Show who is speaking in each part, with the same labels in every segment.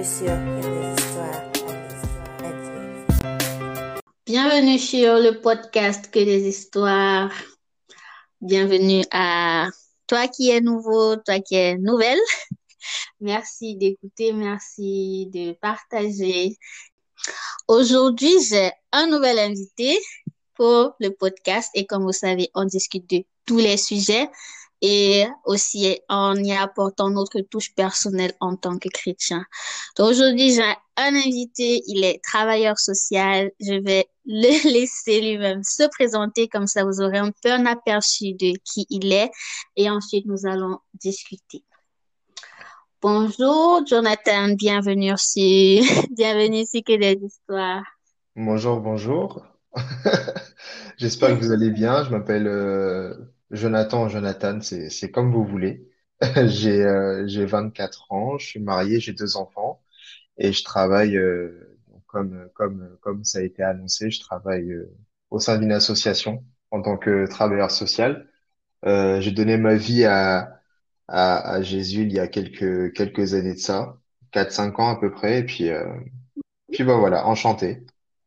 Speaker 1: sur des histoires
Speaker 2: Bienvenue sur le podcast Que des histoires. Bienvenue à toi qui es nouveau, toi qui es nouvelle. Merci d'écouter, merci de partager. Aujourd'hui, j'ai un nouvel invité pour le podcast et comme vous savez, on discute de tous les sujets et aussi en y apportant notre touche personnelle en tant que chrétien. Donc aujourd'hui, j'ai un invité, il est travailleur social. Je vais le laisser lui-même se présenter, comme ça vous aurez un peu un aperçu de qui il est et ensuite nous allons discuter. Bonjour Jonathan, bienvenue sur Que des histoires.
Speaker 3: Bonjour, bonjour. J'espère que vous allez bien. Je m'appelle Jonathan, Jonathan, c'est comme vous voulez. J'ai 24 ans, je suis marié, j'ai deux enfants et je travaille comme ça a été annoncé, je travaille au sein d'une association en tant que travailleur social. J'ai donné ma vie à Jésus il y a quelques années de ça, 4 5 ans à peu près, et puis bah voilà, enchanté.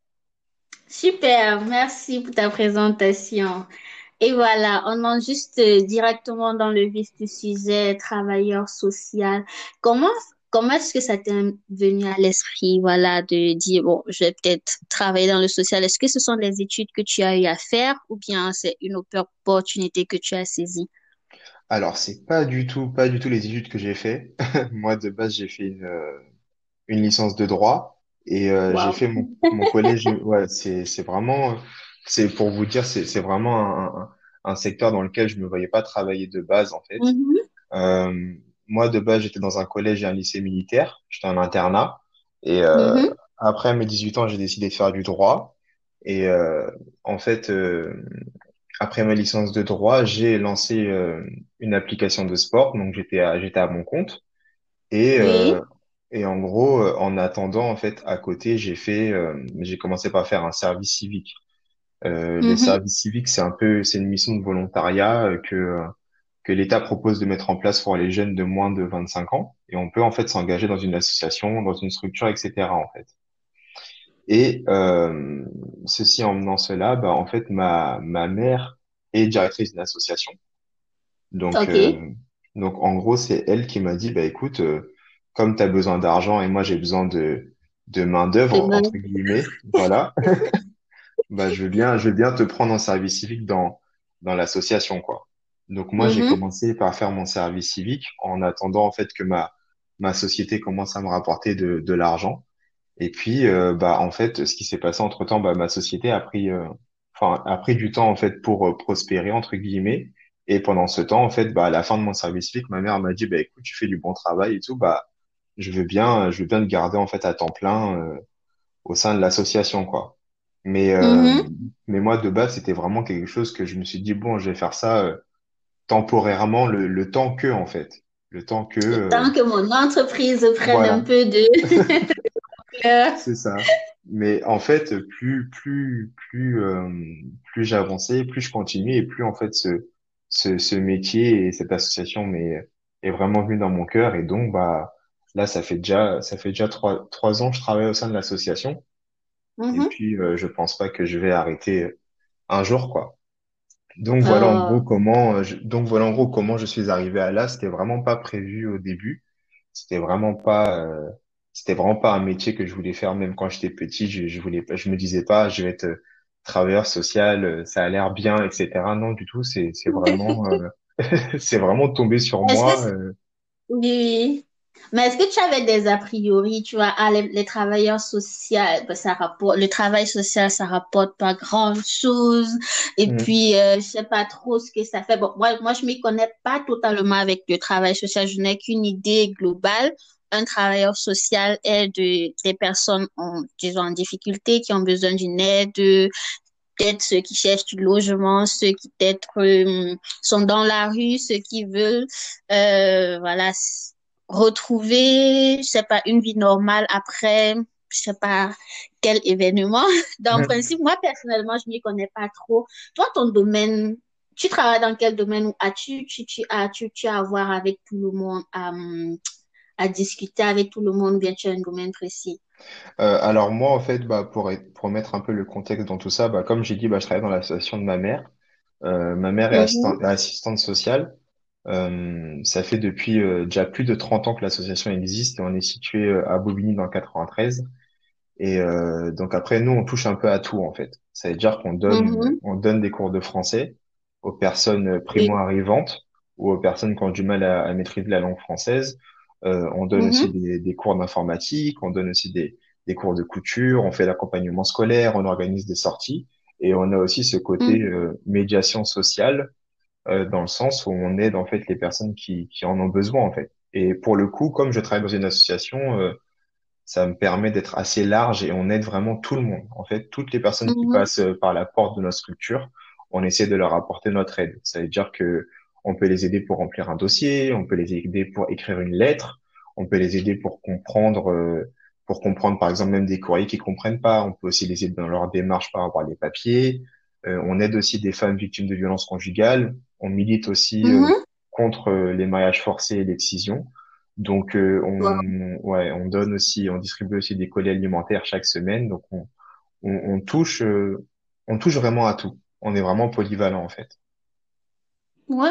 Speaker 2: Super, merci pour ta présentation. Et voilà, on entre juste directement dans le vif du sujet, travailleur social. Comment, comment est-ce que ça t'est venu à l'esprit, voilà, de dire, bon, je vais peut-être travailler dans le social. Est-ce que ce sont des études que tu as eu à faire ou bien c'est une opportunité que tu as saisie?
Speaker 3: Alors, c'est pas du tout les études que j'ai fait. Moi, de base, j'ai fait une licence de droit et j'ai
Speaker 2: Wow.
Speaker 3: fait mon collège. Ouais, c'est vraiment, c'est pour vous dire, c'est vraiment un secteur dans lequel je me voyais pas travailler de base, en fait.
Speaker 2: Mhm,
Speaker 3: Euh, Moi, de base, j'étais dans un collège et un lycée militaire. J'étais en internat. Et
Speaker 2: mhm,
Speaker 3: après mes 18 ans, j'ai décidé de faire du droit. Et en fait, après ma licence de droit, j'ai lancé une application de sport, donc j'étais à mon compte et
Speaker 2: oui.
Speaker 3: en gros, en attendant en fait à côté, j'ai commencé par faire un service civique. Les
Speaker 2: Mhm,
Speaker 3: services civiques, c'est une mission de volontariat que l'État propose de mettre en place pour les jeunes de moins de 25 ans et on peut en fait s'engager dans une association, dans une structure, etc. en fait. Et ceci en menant cela, bah en fait ma mère est directrice d'une association. Donc,
Speaker 2: OK.
Speaker 3: en gros, c'est elle qui m'a dit, bah écoute, comme tu as besoin d'argent et moi j'ai besoin de
Speaker 2: C'est
Speaker 3: main-d'œuvre, entre
Speaker 2: bon.
Speaker 3: guillemets, voilà, bah je veux bien te prendre en service civique dans l'association, quoi. Donc moi, j'ai
Speaker 2: Mhm,
Speaker 3: commencé par faire mon service civique en attendant en fait que ma société commence à me rapporter de l'argent. Et puis, bah en fait, ce qui s'est passé entre-temps, bah ma société a pris du temps en fait pour prospérer entre guillemets. Et pendant ce temps, en fait, bah à la fin de mon service civique, ma mère m'a dit, bah écoute, tu fais du bon travail et tout, bah je veux bien te garder en fait à temps plein au sein de l'association, quoi. Mais euh,
Speaker 2: mhm.
Speaker 3: mais moi de base, c'était vraiment quelque chose que je me suis dit, bon, je vais faire ça temporairement, le temps que en fait, le temps que
Speaker 2: Le temps que mon entreprise prenne un
Speaker 3: voilà.
Speaker 2: peu de...
Speaker 3: C'est ça. Mais en fait, plus j'avançais, plus je continuais et plus en fait ce métier et cette association est vraiment venu dans mon cœur. Et donc, bah, là, ça fait déjà 3 ans que je travaille au sein de l'association. Et
Speaker 2: Mhm.
Speaker 3: puis, je pense pas que je vais arrêter un jour, quoi.
Speaker 2: Oh.
Speaker 3: Donc voilà en gros comment je suis arrivé à là. C'était vraiment pas prévu au début. C'était vraiment pas, euh, c'était vraiment pas un métier que je voulais faire. Même quand j'étais petit, je voulais pas, je me disais pas, je vais être travailleur social, ça a l'air bien, etc. Non, du tout. C'est vraiment, c'est vraiment tombé sur
Speaker 2: Est-ce
Speaker 3: moi.
Speaker 2: que oui, oui. Mais est-ce que tu avais des a priori, tu vois, ah, les travailleurs sociaux, ben, ça rapporte, le travail social, ça rapporte pas grand-chose. Et
Speaker 3: Mm,
Speaker 2: puis, je sais pas trop ce que ça fait. Bon, moi, je m'y connais pas totalement avec le travail social. Je n'ai qu'une idée globale. Un travailleur social aide des personnes en, disons, en difficulté, qui ont besoin d'une aide, peut-être ceux qui cherchent du logement, ceux qui peut-être sont dans la rue, ceux qui veulent voilà retrouver, je sais pas, une vie normale après, je sais pas quel événement. Dans le
Speaker 3: mm.
Speaker 2: principe, moi personnellement, je m'y connais pas trop. Toi, ton domaine, tu travailles dans quel domaine où as-tu tu as à voir avec tout le monde à discuter avec tout le monde, ou bien tu as un domaine précis?
Speaker 3: Alors moi, en fait, bah, pour mettre un peu le contexte dans tout ça, bah, comme j'ai dit, bah, je travaille dans l'association de ma mère. Ma mère est
Speaker 2: Mhm,
Speaker 3: assistante sociale. Ça fait depuis déjà plus de 30 ans que l'association existe et on est situé à Bobigny dans le 93. Et donc après, nous, on touche un peu à tout, en fait. Ça veut dire
Speaker 2: mhm,
Speaker 3: on donne des cours de français aux personnes
Speaker 2: oui,
Speaker 3: primo-arrivantes ou aux personnes qui ont du mal à maîtriser la langue française. On donne aussi
Speaker 2: mhm,
Speaker 3: des cours d'informatique, on donne aussi des cours de couture, on fait l'accompagnement scolaire, on organise des sorties. Et on a aussi ce côté
Speaker 2: mhm,
Speaker 3: médiation sociale, dans le sens où on aide en fait les personnes qui en ont besoin, en fait. Et pour le coup, comme je travaille dans une association, ça me permet d'être assez large et on aide vraiment tout le monde. En fait, toutes les personnes qui
Speaker 2: mhm,
Speaker 3: passent par la porte de notre structure, on essaie de leur apporter notre aide. Ça veut dire que on peut les aider pour remplir un dossier, on peut les aider pour écrire une lettre, on peut les aider pour comprendre par exemple même des courriers qu'ils comprennent pas. On peut aussi les aider dans leur démarche par rapport à des papiers. On aide aussi des femmes victimes de violences conjugales. On milite aussi
Speaker 2: mhm.
Speaker 3: contre les mariages forcés et l'excision. Donc,
Speaker 2: Wow.
Speaker 3: ouais, on donne aussi, on distribue aussi des colis alimentaires chaque semaine. Donc, on touche vraiment à tout. On est vraiment polyvalent, en fait.
Speaker 2: Ouais.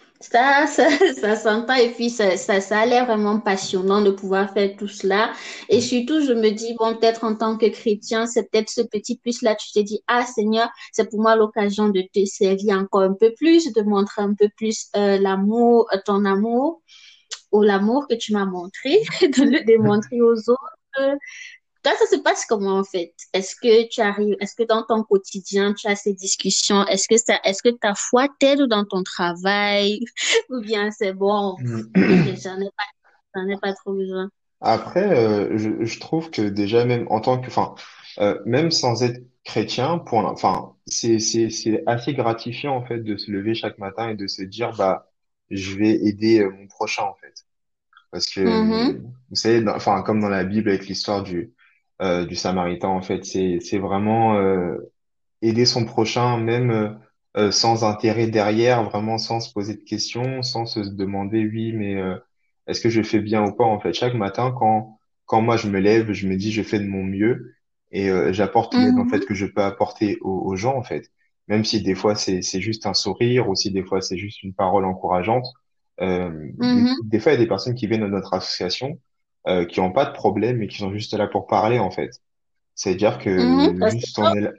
Speaker 2: Ça s'entend et puis ça a l'air vraiment passionnant de pouvoir faire tout cela. Et
Speaker 3: Mm.
Speaker 2: surtout, je me dis, bon, peut-être en tant que chrétien, c'est peut-être ce petit plus-là, tu te dis, ah Seigneur, c'est pour moi l'occasion de te servir encore un peu plus, de montrer un peu plus l'amour, ton amour ou l'amour que tu m'as montré, de le démontrer aux autres. Toi, ça se passe comment en fait? Est-ce que tu arrives, est-ce que dans ton quotidien, tu as ces discussions? Est-ce que ta foi t'aide dans ton travail? Ou bien c'est bon,
Speaker 3: Mm.
Speaker 2: j'en ai pas trop besoin.
Speaker 3: Après, je trouve que déjà même en tant que, enfin, même sans être chrétien, enfin, c'est assez gratifiant en fait de se lever chaque matin et de se dire, bah, je vais aider mon prochain en fait. Parce que,
Speaker 2: Mhm,
Speaker 3: vous savez, enfin, comme dans la Bible avec l'histoire du Samaritain, en fait, c'est vraiment aider son prochain, même sans intérêt derrière, vraiment sans se poser de questions, sans se demander, oui, mais est-ce que je fais bien ou pas, en fait. Chaque matin, quand moi je me lève, je me dis, je fais de mon mieux et j'apporte l'aide, en fait,
Speaker 2: mhm,
Speaker 3: que je peux apporter aux gens, en fait. Même si des fois c'est juste un sourire, ou si des fois c'est juste une parole encourageante.
Speaker 2: mhm,
Speaker 3: Des fois, il y a des personnes qui viennent à notre association qui n'ont pas de problème et qui sont juste là pour parler, en fait. C'est-à-dire
Speaker 2: mhm.
Speaker 3: que
Speaker 2: Parce que
Speaker 3: juste on est là.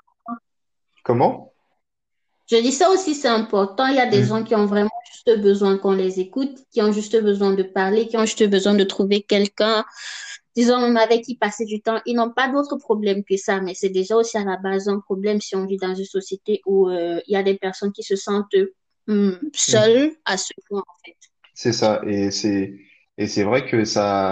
Speaker 3: Comment?
Speaker 2: je dis ça aussi, c'est important. Il y a des gens
Speaker 3: Hmm.
Speaker 2: qui ont vraiment juste besoin qu'on les écoute, qui ont juste besoin de parler, qui ont juste besoin de trouver quelqu'un, disons même avec qui passer du temps. Ils n'ont pas d'autre problème que ça, mais c'est déjà aussi à la base un problème si on vit dans une société où il y a des personnes qui se sentent
Speaker 3: Hmm.
Speaker 2: seules à ce point, en fait.
Speaker 3: C'est ça. Et c'est vrai que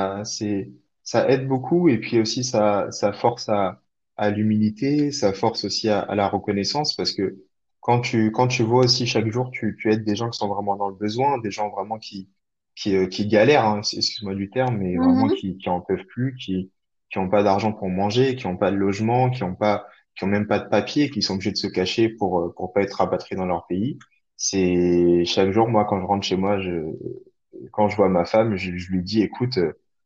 Speaker 3: ça aide beaucoup. Et puis aussi, ça force à l'humilité, ça force aussi à la reconnaissance parce que quand tu vois aussi chaque jour, tu aides des gens qui sont vraiment dans le besoin, des gens vraiment qui galèrent, hein, excuse-moi du terme, mais vraiment
Speaker 2: Mhm,
Speaker 3: qui en peuvent plus, qui ont pas d'argent pour manger, qui ont pas de logement, qui ont même pas de papier, qui sont obligés de se cacher pour pas être rapatriés dans leur pays. C'est chaque jour, moi, quand je rentre chez moi, quand je vois ma femme, je lui dis, écoute,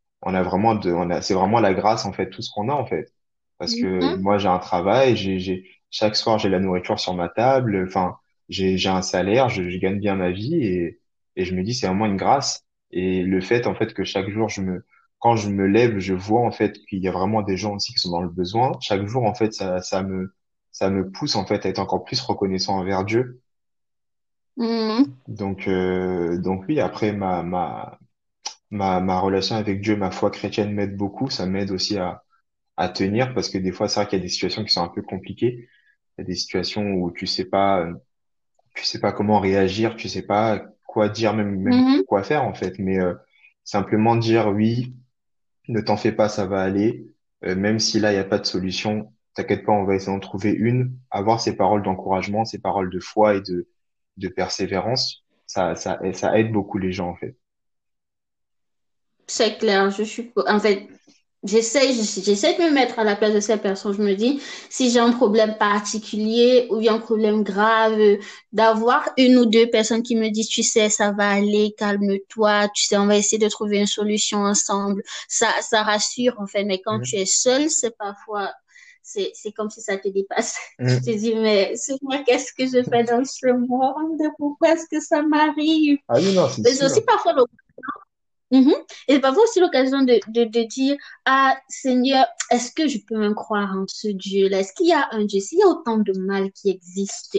Speaker 3: c'est vraiment la grâce, en fait, tout ce qu'on a, en fait. Parce que
Speaker 2: mhm,
Speaker 3: moi, j'ai un travail, chaque soir, j'ai la nourriture sur ma table, enfin, j'ai un salaire, je gagne bien ma vie et je me dis, c'est vraiment une grâce. Et le fait, en fait, que chaque jour, quand je me lève, je vois, en fait, qu'il y a vraiment des gens aussi qui sont dans le besoin. Chaque jour, en fait, ça me pousse, en fait, à être encore plus reconnaissant envers Dieu.
Speaker 2: mhm,
Speaker 3: Donc oui, après, ma relation avec Dieu, ma foi chrétienne m'aide beaucoup. Ça m'aide aussi à tenir parce que des fois, c'est vrai qu'il y a des situations qui sont un peu compliquées. Il y a des situations où tu sais pas comment réagir, tu sais pas quoi dire, même
Speaker 2: mhm.
Speaker 3: quoi faire, en fait. Mais simplement dire oui, ne t'en fais pas, ça va aller. Même si là, il n'y a pas de solution, t'inquiète pas, on va essayer d'en trouver une. Avoir ces paroles d'encouragement, ces paroles de foi et de persévérance, ça aide beaucoup les gens, en fait.
Speaker 2: C'est clair, en fait. j'essaie de me mettre à la place de ces personnes. Je me dis, si j'ai un problème particulier ou bien un problème grave, d'avoir une ou deux personnes qui me disent, tu sais, ça va aller, calme-toi, tu sais, on va essayer de trouver une solution ensemble. Ça rassure, en fait. Mais quand tu
Speaker 3: Mm.
Speaker 2: es seul, c'est parfois, c'est comme si ça te dépasse. Tu te
Speaker 3: Mm.
Speaker 2: dis, mais c'est moi, qu'est-ce que je fais dans ce monde? Pourquoi est-ce que ça m'arrive?
Speaker 3: Ah oui, non, c'est
Speaker 2: Mais c'est aussi
Speaker 3: sûr.
Speaker 2: parfois Mhm. Et parfois aussi l'occasion de dire, ah Seigneur, est-ce que je peux me croire en ce Dieu-là? Est-ce qu'il y a un Dieu? S'il y a autant de mal qui existe,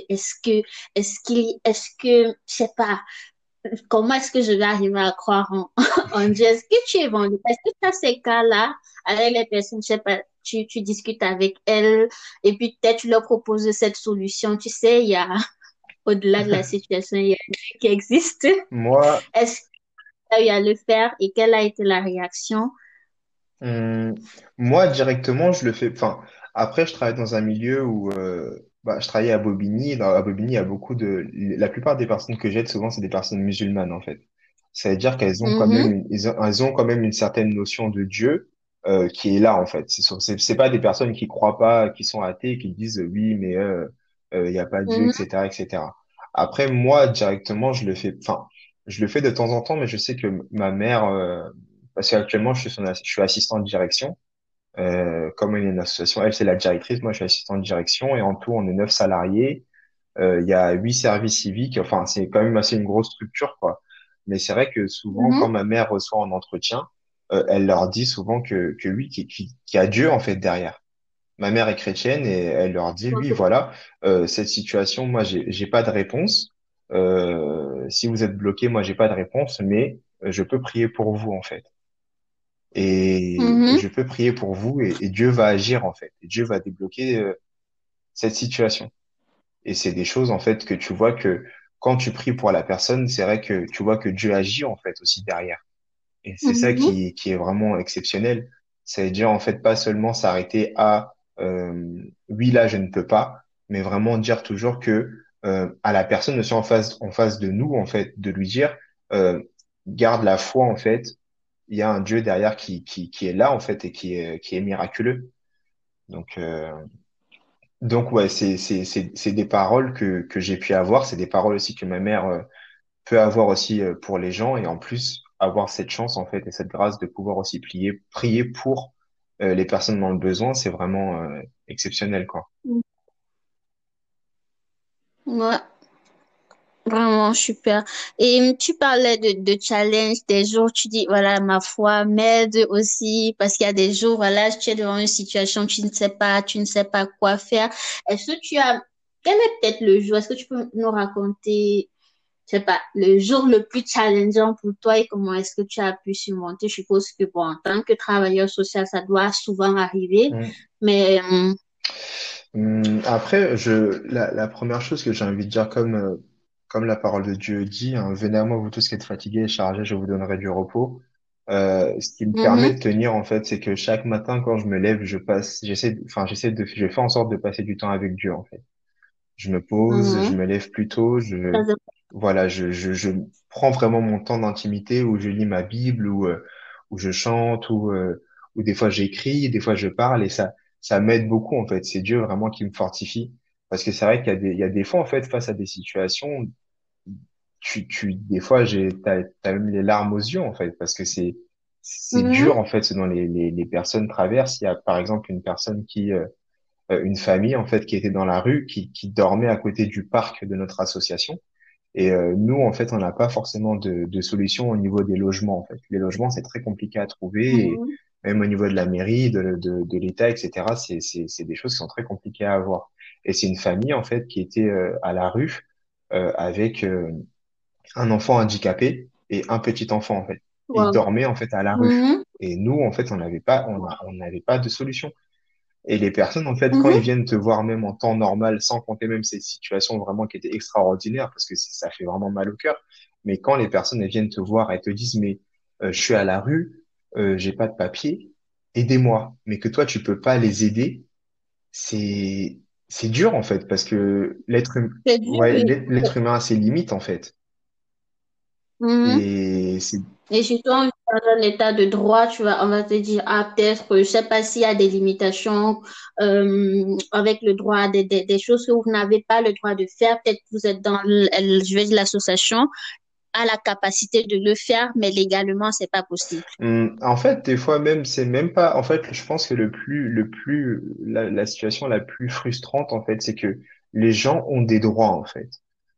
Speaker 2: je sais pas, comment est-ce que je vais arriver à croire en, en Dieu? Est-ce que tu es vendu? Est-ce que tu as ces cas-là avec les personnes, je sais pas, tu discutes avec elles et puis peut-être tu leur proposes cette solution. Tu sais, il y a, au-delà de la situation, il y a un Dieu qui existe.
Speaker 3: Moi,
Speaker 2: Est-ce eu à le faire et quelle a été la réaction?
Speaker 3: hum, moi directement, je le fais. Enfin, après, je travaille dans un milieu où je travaillais à Bobigny. À Bobigny, il y a beaucoup de. La plupart des personnes que j'aide, souvent, c'est des personnes musulmanes, en fait. Ça veut dire qu'elles ont quand même
Speaker 2: Mhm,
Speaker 3: elles ont quand même une certaine notion de Dieu qui est là, en fait. C'est pas des personnes qui croient pas, qui sont athées, qui disent oui, mais il y a pas Dieu,
Speaker 2: mhm,
Speaker 3: etc., etc. Après, moi, directement, je le fais. Enfin, je le fais de temps en temps, mais je sais que ma mère, parce qu'actuellement, je suis assistant de direction. Comme il y a une association, elle, c'est la directrice, moi, je suis assistant de direction, et en tout, on est 9 salariés. Il y a 8 services civiques. Enfin, c'est quand même assez une grosse structure, quoi. Mais c'est vrai que souvent, quand
Speaker 2: mhm.
Speaker 3: ma mère reçoit en entretien, elle leur dit souvent que oui, qu'il y a Dieu, en fait, derrière. Ma mère est chrétienne et elle leur dit, oui, voilà, cette situation, moi, j'ai pas de réponse. Si vous êtes bloqué, moi, j'ai pas de réponse, mais je peux prier pour vous, en fait. Et
Speaker 2: Mhm,
Speaker 3: je peux prier pour vous et Dieu va agir, en fait. Et Dieu va débloquer cette situation. Et c'est des choses, en fait, que tu vois que quand tu pries pour la personne, c'est vrai que tu vois que Dieu agit, en fait, aussi derrière. Et c'est ça
Speaker 2: mhm,
Speaker 3: qui est vraiment exceptionnel. Ça veut dire, en fait, pas seulement s'arrêter à oui, là, je ne peux pas, mais vraiment dire toujours que à la personne aussi en face de nous, en fait, de lui dire, euh, garde la foi, en fait. Il y a un Dieu derrière qui est là, en fait, et qui est miraculeux. Donc, ouais, c'est des paroles que j'ai pu avoir, c'est des paroles aussi que ma mère peut avoir aussi pour les gens et en plus avoir cette chance en fait et cette grâce de pouvoir aussi prier pour les personnes dans le besoin, c'est vraiment exceptionnel quoi.
Speaker 2: mhm. Ouais, vraiment super. Et tu parlais de challenge, des jours, tu dis, voilà, ma foi m'aide aussi, parce qu'il y a des jours, voilà, tu es devant une situation, tu ne sais pas quoi faire. Est-ce que tu as, quel est peut-être le jour, est-ce que tu peux nous raconter, je sais pas, le jour le plus challengeant pour toi et comment est-ce que tu as pu surmonter? Je suppose que, bon, en tant que travailleur social, ça doit souvent arriver,
Speaker 3: Mm.
Speaker 2: mais,
Speaker 3: Après, la première chose que j'ai envie de dire comme la parole de Dieu dit, hein, venez à moi vous tous qui êtes fatigués et chargés, je vous donnerai du repos. Ce qui me permet
Speaker 2: mhm,
Speaker 3: de tenir en fait, c'est que chaque matin quand je me lève, je fais en sorte de passer du temps avec Dieu en fait. Je me pose, je
Speaker 2: mhm.
Speaker 3: me lève plus tôt, voilà, je prends vraiment mon temps d'intimité où je lis ma Bible, où je chante, où des fois j'écris, des fois je parle et ça m'aide beaucoup en fait. C'est Dieu vraiment qui me fortifie. Parce que c'est vrai il y a des fois en fait face à des situations, des fois t'as même les larmes aux yeux en fait parce que c'est dur
Speaker 2: Mhm,
Speaker 3: en fait ce dont les personnes traversent. Il y a par exemple une personne une famille en fait qui était dans la rue, qui dormait à côté du parc de notre association. Et nous, en fait, on n'a pas forcément de solution au niveau des logements. En fait, les logements, c'est très compliqué à trouver, et
Speaker 2: mhm,
Speaker 3: même au niveau de la mairie, de l'État, etc. C'est des choses qui sont très compliquées à avoir. Et c'est une famille en fait qui était à la rue avec un enfant handicapé et un petit enfant en fait. Et ils
Speaker 2: wow.
Speaker 3: dormaient en fait à la rue.
Speaker 2: Mhm,
Speaker 3: Et nous, en fait, on n'avait pas de solution. Et les personnes, en fait, quand ils
Speaker 2: mhm,
Speaker 3: viennent te voir même en temps normal, sans compter même ces situations vraiment qui étaient extraordinaires, parce que ça fait vraiment mal au cœur, mais quand les personnes, elles viennent te voir et te disent, mais je suis à la rue, j'ai pas de papier, aidez-moi. Mais que toi, tu peux pas les aider, c'est dur, en fait, parce que
Speaker 2: c'est dur,
Speaker 3: ouais,
Speaker 2: oui.
Speaker 3: l'être humain a ses limites, en fait.
Speaker 2: Mhm.
Speaker 3: Et c'est,
Speaker 2: Et surtout en dans un état de droit, on va te dire, ah, peut-être, je sais pas s'il y a des limitations avec le droit, des choses que vous n'avez pas le droit de faire. Peut-être que vous êtes dans, je vais dire, l'association a la capacité de le faire, mais légalement, c'est pas possible.
Speaker 3: En fait, des fois même, c'est même pas. En fait, je pense que la situation la plus frustrante, en fait, c'est que les gens ont des droits, en fait.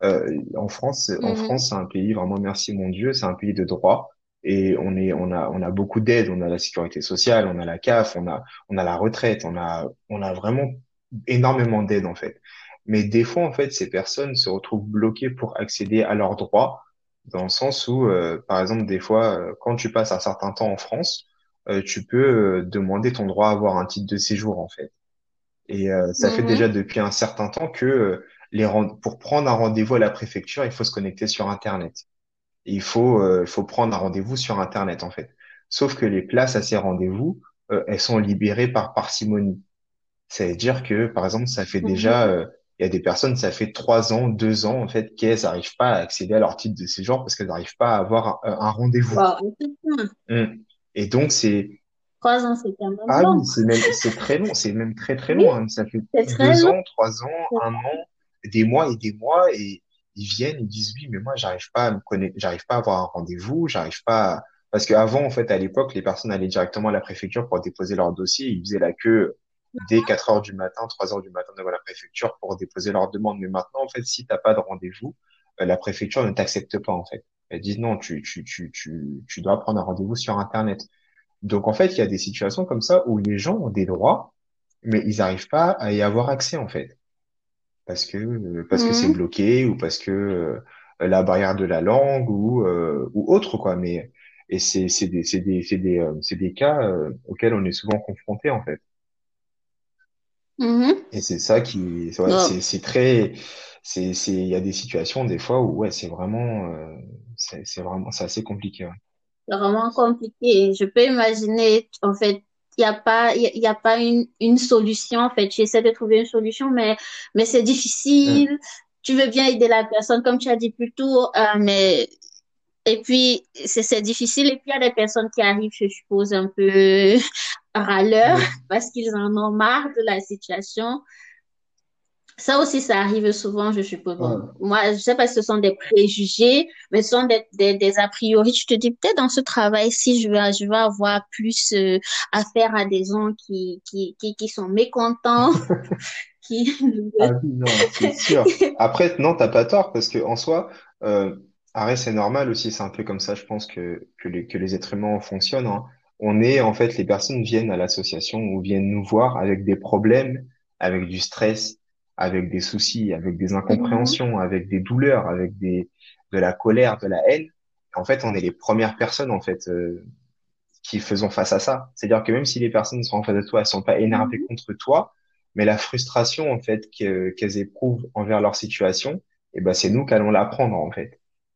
Speaker 3: En
Speaker 2: Mhm,
Speaker 3: France, c'est un pays vraiment, merci mon Dieu, c'est un pays de droit. Et on a beaucoup d'aides. On a la sécurité sociale, on a la CAF, on a la retraite, on a vraiment énormément d'aides, en fait. Mais des fois, en fait, ces personnes se retrouvent bloquées pour accéder à leurs droits dans le sens où, par exemple, des fois, quand tu passes un certain temps en France, tu peux demander ton droit à avoir un titre de séjour, en fait. Et ça fait déjà
Speaker 2: mhm.
Speaker 3: depuis un certain temps que pour prendre un rendez-vous à la préfecture, il faut se connecter sur Internet. Et il faut prendre un rendez-vous sur Internet, en fait. Sauf que les places à ces rendez-vous, elles sont libérées par parcimonie. Ça veut dire que, par exemple, ça fait déjà,
Speaker 2: Mhm.
Speaker 3: il y a des personnes, ça fait 3 ans, 2 ans, en fait, qu'elles n'arrivent pas à accéder à leur titre de séjour parce qu'elles n'arrivent pas à avoir un rendez-vous.
Speaker 2: Wow, effectivement.
Speaker 3: Mm. Et donc,
Speaker 2: 3 ans, c'est quand même
Speaker 3: ah oui,
Speaker 2: long.
Speaker 3: c'est très long, c'est même très, très
Speaker 2: Oui,
Speaker 3: long, hein. Ça fait
Speaker 2: c'est très
Speaker 3: deux
Speaker 2: long.
Speaker 3: ans, 3 ans, un an, des mois et des mois, et ils viennent, ils disent oui, mais moi, j'arrive pas à me connecter, j'arrive pas à avoir un rendez-vous, j'arrive pas parce qu'avant, en fait, à l'époque, les personnes allaient directement à la préfecture pour déposer leur dossier, ils faisaient la queue dès 4 heures du matin, 3 heures du matin devant la préfecture pour déposer leur demande. Mais maintenant, en fait, si t'as pas de rendez-vous, la préfecture ne t'accepte pas, en fait. Elle dit non, tu dois prendre un rendez-vous sur Internet. Donc en fait, il y a des situations comme ça où les gens ont des droits, mais ils n'arrivent pas à y avoir accès en fait, parce que c'est
Speaker 2: Mhm.
Speaker 3: bloqué ou parce que la barrière de la langue ou autre quoi. Mais et c'est des cas auxquels on est souvent confronté en fait.
Speaker 2: Mhm.
Speaker 3: Et c'est ça qui ouais,
Speaker 2: Bon,
Speaker 3: c'est très il y a des situations des fois où ouais c'est vraiment c'est vraiment c'est assez compliqué. Ouais.
Speaker 2: c'est vraiment compliqué. Je peux imaginer, en fait, il y a pas une solution, en fait. J'essaie de trouver une solution, mais c'est
Speaker 3: Mm.
Speaker 2: difficile. Tu veux bien aider la personne, comme tu as dit plus tôt, mais et puis, c'est difficile. Et puis, il y a des personnes qui arrivent, je suppose, un peu râleurs
Speaker 3: Oui.
Speaker 2: parce qu'ils en ont marre de la situation. Ça aussi, ça arrive souvent, je suppose. Bon,
Speaker 3: Ouais.
Speaker 2: moi, je sais pas si ce sont des préjugés, mais ce sont des a priori. Tu te dis, peut-être dans ce travail-ci, je vais avoir plus affaire à des gens qui sont mécontents, qui...
Speaker 3: Ah oui, non, c'est sûr. Après, non, t'as pas tort, parce que en soi, euh, arrête, c'est normal aussi, c'est un peu comme ça, je pense que les êtres humains fonctionnent, hein. En fait, les personnes viennent à l'association ou viennent nous voir avec des problèmes, avec du stress, avec des soucis, avec des
Speaker 2: Mhm,
Speaker 3: incompréhensions, avec des douleurs, de la colère, de la haine. En fait, on est les premières personnes, en fait, qui faisons face à ça. C'est-à-dire que même si les personnes sont en face de toi, elles sont pas énervées
Speaker 2: mhm,
Speaker 3: contre toi, mais la frustration en fait qu'elles éprouvent envers leur situation, eh ben c'est nous qu'allons la prendre en fait.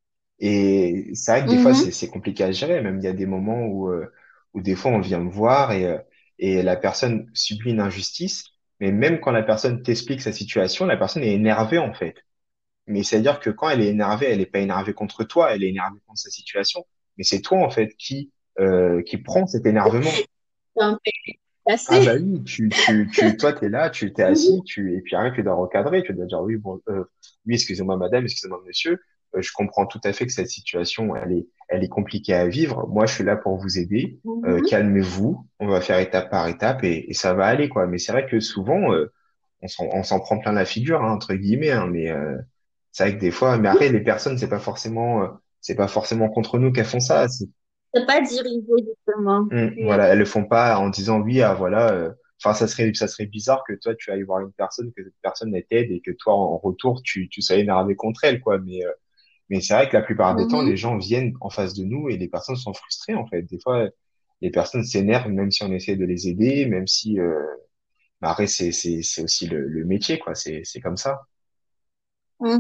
Speaker 3: Et c'est vrai que des fois
Speaker 2: mhm,
Speaker 3: c'est compliqué à gérer. Même il y a des moments où des fois on vient me voir et la personne subit une injustice, mais même quand la personne t'explique sa situation, la personne est énervée en fait. Mais c'est-à-dire que quand elle est énervée, elle n'est pas énervée contre toi, elle est énervée contre sa situation. Mais c'est toi, en fait, qui prend cet énervement.
Speaker 2: c'est un peu
Speaker 3: Ah
Speaker 2: passé.
Speaker 3: bah oui, toi, t'es là, tu t'es
Speaker 2: Mhm,
Speaker 3: assis, et puis arrête, tu dois recadrer, tu dois dire oui, bon, oui, excusez-moi, madame, excusez-moi, monsieur, je comprends tout à fait que cette situation, elle est compliquée à vivre. Moi, je suis là pour vous aider.
Speaker 2: mhm,
Speaker 3: Calmez-vous, on va faire étape par étape et ça va aller, quoi. Mais c'est vrai que souvent, on s'en prend plein la figure, hein, entre guillemets, hein, mais c'est vrai que des fois, mais après, les personnes, c'est pas forcément contre nous qu'elles font ça.
Speaker 2: c'est pas dirigé, justement. Oui.
Speaker 3: Voilà, elles le font pas en disant oui, ah voilà. Enfin, ça serait bizarre que toi, tu ailles voir une personne, que cette personne elle t'aide et que toi, en retour, tu sois énervé contre elle, quoi. Mais c'est vrai que la plupart des temps, les
Speaker 2: Mhm,
Speaker 3: gens viennent en face de nous et les personnes sont frustrées, en fait. Des fois, les personnes s'énervent même si on essaie de les aider, même si, bah, après, c'est aussi le métier, quoi. C'est comme ça.
Speaker 2: mhm.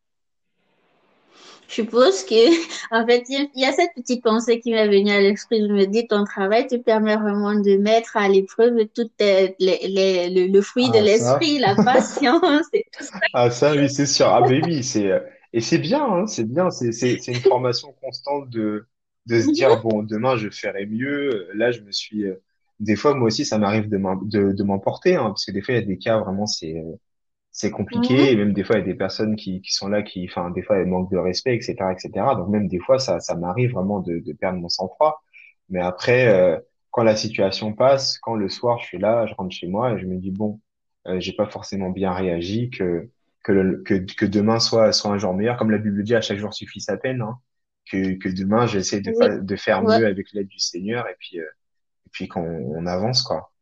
Speaker 2: Je suppose que, en fait, il y a cette petite pensée qui m'est venue à l'esprit. Je me dis, ton travail te permet vraiment de mettre à l'épreuve tout le fruit de
Speaker 3: Ah, ça.
Speaker 2: l'esprit, la patience et tout ça.
Speaker 3: Ah ça oui c'est sûr ah mais oui c'est et c'est bien hein, c'est bien c'est une formation constante de se dire,
Speaker 2: Mhm.
Speaker 3: bon, demain, je ferai mieux. Là, des fois, moi aussi, ça m'arrive de m'emporter, hein, parce que des fois, il y a des cas, vraiment, c'est compliqué. Et
Speaker 2: Mhm.
Speaker 3: même des fois, il y a des personnes qui sont là, enfin, des fois, elles manquent de respect, etc., etc. Donc, même des fois, ça m'arrive vraiment de perdre mon sang-froid. Mais après, quand la situation passe, quand le soir, je suis là, je rentre chez moi et je me dis, bon, j'ai pas forcément bien réagi, que demain soit un jour meilleur. Comme la Bible dit, à chaque jour suffit sa peine, hein. Que demain, j'essaie
Speaker 2: Oui.
Speaker 3: de faire
Speaker 2: Ouais.
Speaker 3: mieux avec l'aide du Seigneur et puis qu'on on avance, quoi.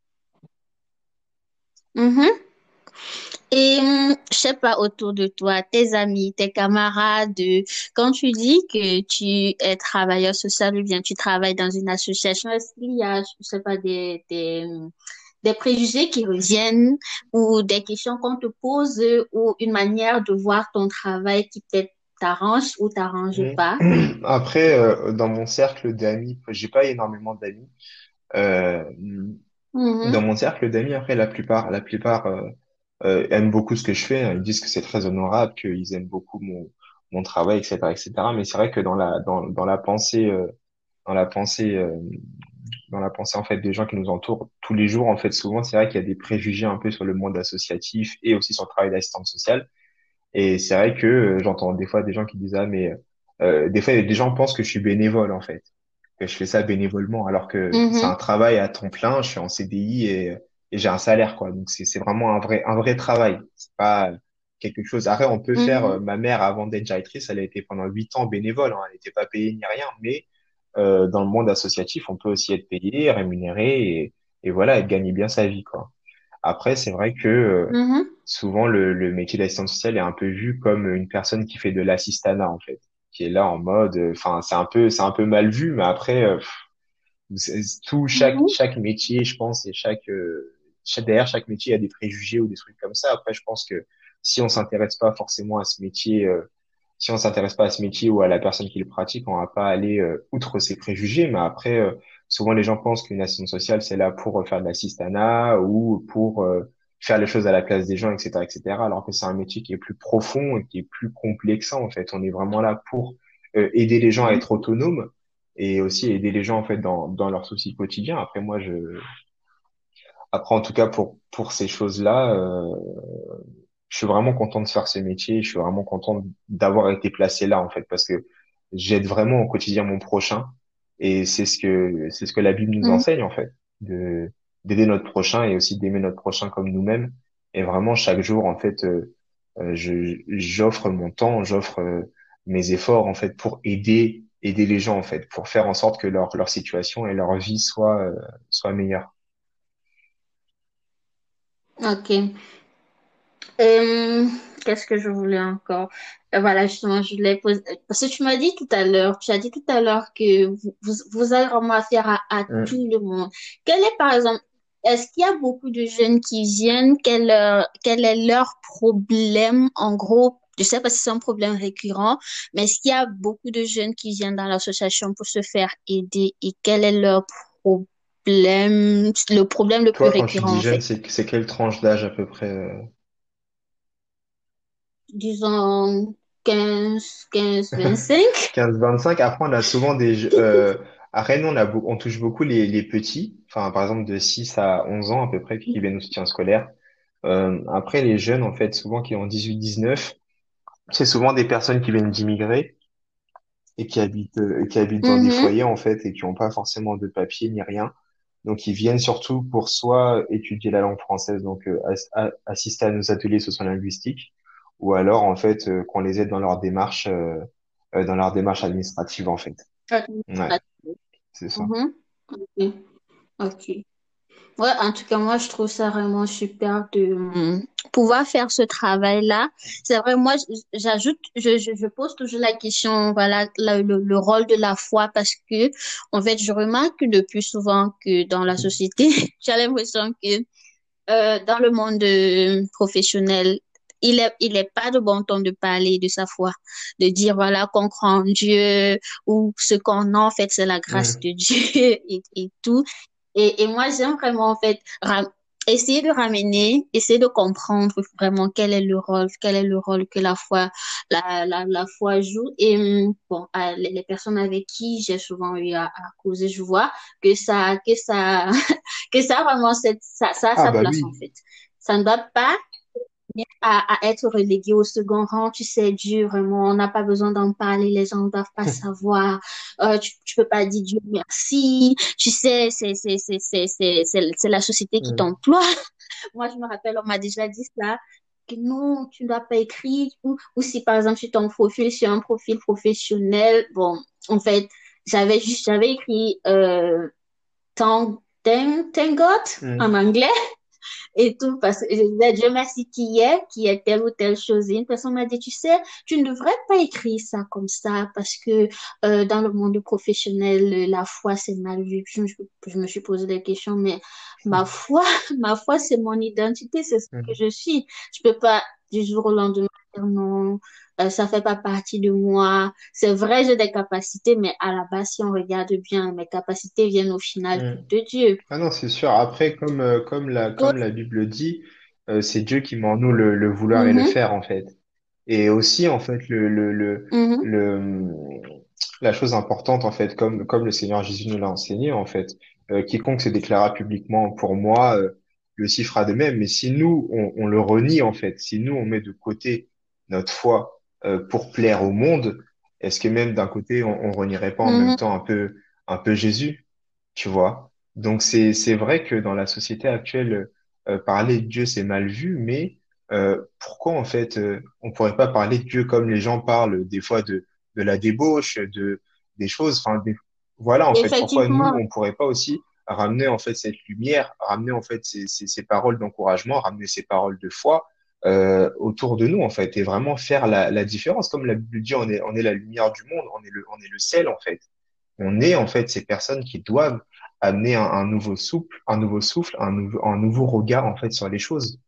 Speaker 2: Mhm. Et je sais pas, autour de toi, tes amis, tes camarades, quand tu dis que tu es travailleur social ou bien tu travailles dans une association, est-ce qu'il y a, je sais pas, des préjugés qui reviennent ou des questions qu'on te pose ou une manière de voir ton travail qui peut-être t'arrange ou t'arrange pas?
Speaker 3: Après, dans mon cercle d'amis, j'ai pas énormément d'amis. Euh, Dans
Speaker 2: Mhm.
Speaker 3: mon cercle d'amis, après, la plupart aiment beaucoup ce que je fais, hein. Ils disent que c'est très honorable, qu'ils aiment beaucoup mon travail, etc., etc. Mais c'est vrai que dans la pensée, dans la pensée, dans la pensée en fait des gens qui nous entourent tous les jours, en fait, souvent, c'est vrai qu'il y a des préjugés un peu sur le monde associatif et aussi sur le travail d'assistante sociale. Et c'est vrai que j'entends des fois des gens qui disent ah mais des fois des gens pensent que je suis bénévole en fait, que je fais ça bénévolement alors que c'est un
Speaker 2: Mhm.
Speaker 3: travail à temps plein, je suis en CDI et j'ai un salaire quoi. Donc c'est vraiment un vrai travail. C'est pas quelque chose. Après on peut faire
Speaker 2: Mhm.
Speaker 3: ma mère avant d'être directrice, elle a été pendant 8 ans bénévole, hein, elle n'était pas payée ni rien, mais dans le monde associatif on peut aussi être payé, rémunéré et voilà et gagner bien sa vie quoi. Après, c'est vrai que
Speaker 2: Mhm.
Speaker 3: souvent le métier d'assistant social est un peu vu comme une personne qui fait de l'assistanat en fait, qui est là en mode, enfin c'est un peu mal vu, mais après
Speaker 2: Mhm.
Speaker 3: chaque métier, je pense, et derrière chaque métier il y a des préjugés ou des trucs comme ça. Après, je pense que si on s'intéresse pas forcément à ce métier, si on s'intéresse pas à ce métier ou à la personne qui le pratique, on va pas aller outre ces préjugés. Mais après, souvent les gens pensent qu'une assistante sociale, c'est là pour faire de l'assistanat ou pour faire les choses à la place des gens, etc., etc. Alors que c'est un métier qui est plus profond et qui est plus complexant, en fait. On est vraiment là pour aider les gens à être autonomes et aussi aider les gens, en fait, dans leurs soucis quotidiens. Après, en tout cas, pour ces choses-là, je suis vraiment content de faire ce métier. Je suis vraiment content d'avoir été placé là, en fait, parce que j'aide vraiment au quotidien mon prochain. Et c'est ce que la Bible nous
Speaker 2: Mhm.
Speaker 3: enseigne, en fait, de, d'aider notre prochain et aussi d'aimer notre prochain comme nous-mêmes. Et vraiment, chaque jour, en fait, j'offre mon temps, j'offre mes efforts, en fait, pour aider les gens, en fait, pour faire en sorte que leur situation et leur vie soient meilleures.
Speaker 2: Ok. Euh, qu'est-ce que je voulais encore? Voilà, justement, je voulais poser... Parce que tu m'as dit tout à l'heure, tu as dit tout à l'heure que vous avez vraiment affaire à
Speaker 3: Mm.
Speaker 2: tout le monde. Quel est, par exemple, est-ce qu'il y a beaucoup de jeunes qui viennent? Quel est leur problème? En gros, je sais pas si c'est un problème récurrent, mais est-ce qu'il y a beaucoup de jeunes qui viennent dans l'association pour se faire aider? Et quel est leur problème, le problème le plus
Speaker 3: Toi, quand tu
Speaker 2: récurrent,
Speaker 3: dis
Speaker 2: en
Speaker 3: jeune,
Speaker 2: fait?
Speaker 3: c'est quelle tranche d'âge à peu près?
Speaker 2: Disons 25.
Speaker 3: 15-25. Après, on a souvent à Rennes, on touche beaucoup les petits, enfin, par exemple, de 6 à 11 ans à peu près, qui viennent au soutien scolaire. Après, les jeunes, en fait, souvent qui ont 18-19, c'est souvent des personnes qui viennent d'immigrer et qui habitent dans des
Speaker 2: Mhm.
Speaker 3: foyers, en fait, et qui n'ont pas forcément de papier ni rien. Donc, ils viennent surtout pour soit étudier la langue française, donc assister à nos ateliers socio-linguistiques, ou alors, en fait, qu'on les aide dans leur démarche administrative, en fait. Ouais, c'est ça.
Speaker 2: Mhm. Ok. Ok. Ouais, en tout cas, moi, je trouve ça vraiment super de pouvoir faire ce travail-là. C'est vrai, moi, j'ajoute, je pose toujours la question, voilà, le rôle de la foi parce que, en fait, je remarque le plus souvent que dans la société, j'ai l'impression que dans le monde professionnel, il est pas de bon ton de parler de sa foi, de dire voilà qu'on croit en Dieu ou ce qu'on a en fait c'est la grâce
Speaker 3: Mm.
Speaker 2: de Dieu et tout. Et moi j'aime vraiment en fait essayer de comprendre vraiment quel est le rôle que la foi joue. Et bon, les personnes avec qui j'ai souvent eu à causer, je vois que ça a vraiment ça a
Speaker 3: Ah
Speaker 2: sa
Speaker 3: bah
Speaker 2: place en
Speaker 3: oui.
Speaker 2: fait. Ça ne doit pas à être relégué au second rang. Tu sais, Dieu, vraiment, on n'a pas besoin d'en parler, les gens ne doivent pas savoir. Tu peux pas dire Dieu merci. Tu sais, c'est la société qui
Speaker 3: Mm.
Speaker 2: t'emploie. Moi, je me rappelle, on m'a déjà dit ça, que non, tu ne dois pas écrire. Ou si, par exemple, sur ton profil, sur un profil professionnel, bon, en fait, j'avais écrit thank God en
Speaker 3: Mm.
Speaker 2: anglais et tout, parce que je disais, Dieu merci qui est telle ou telle chose. Et une personne m'a dit, tu sais, tu ne devrais pas écrire ça comme ça, parce que dans le monde professionnel, la foi, c'est mal vu. Je me suis posé des questions, mais ma foi, ma foi, c'est mon identité, c'est ce que
Speaker 3: Mm.
Speaker 2: je suis. Je peux pas du jour au lendemain dire non, ça fait pas partie de moi. C'est vrai, j'ai des capacités, mais à la base, si on regarde bien, mes capacités viennent au final
Speaker 3: Mm.
Speaker 2: toutes de Dieu.
Speaker 3: Ah non, c'est sûr. Après,
Speaker 2: Toi,
Speaker 3: comme la Bible dit, c'est Dieu qui met en nous le vouloir et le
Speaker 2: mhm,
Speaker 3: faire, en fait. Et aussi, en fait,
Speaker 2: mhm.
Speaker 3: le, la chose importante, en fait, comme le Seigneur Jésus nous l'a enseigné, en fait, quiconque se déclara publiquement pour moi, le aussi fera de même. Mais si nous, on le renie, en fait, si nous, on met de côté notre foi, pour plaire au monde, est-ce que même d'un côté, on renierait pas en même
Speaker 2: Mhm.
Speaker 3: temps un peu Jésus? Tu vois. Donc c'est vrai que dans la société actuelle, parler de Dieu c'est mal vu, mais pourquoi en fait on pourrait pas parler de Dieu comme les gens parlent des fois de la débauche, de des choses, voilà en fait pourquoi nous
Speaker 2: Effectivement,
Speaker 3: on pourrait pas aussi ramener en fait cette lumière, ramener en fait ces paroles d'encouragement, ramener ces paroles de foi autour de nous en fait et vraiment faire la différence. Comme la Bible dit, on est la lumière du monde, on est le sel en fait. On est en fait ces personnes qui doivent amener un nouveau souffle, un nouveau regard en fait sur les choses.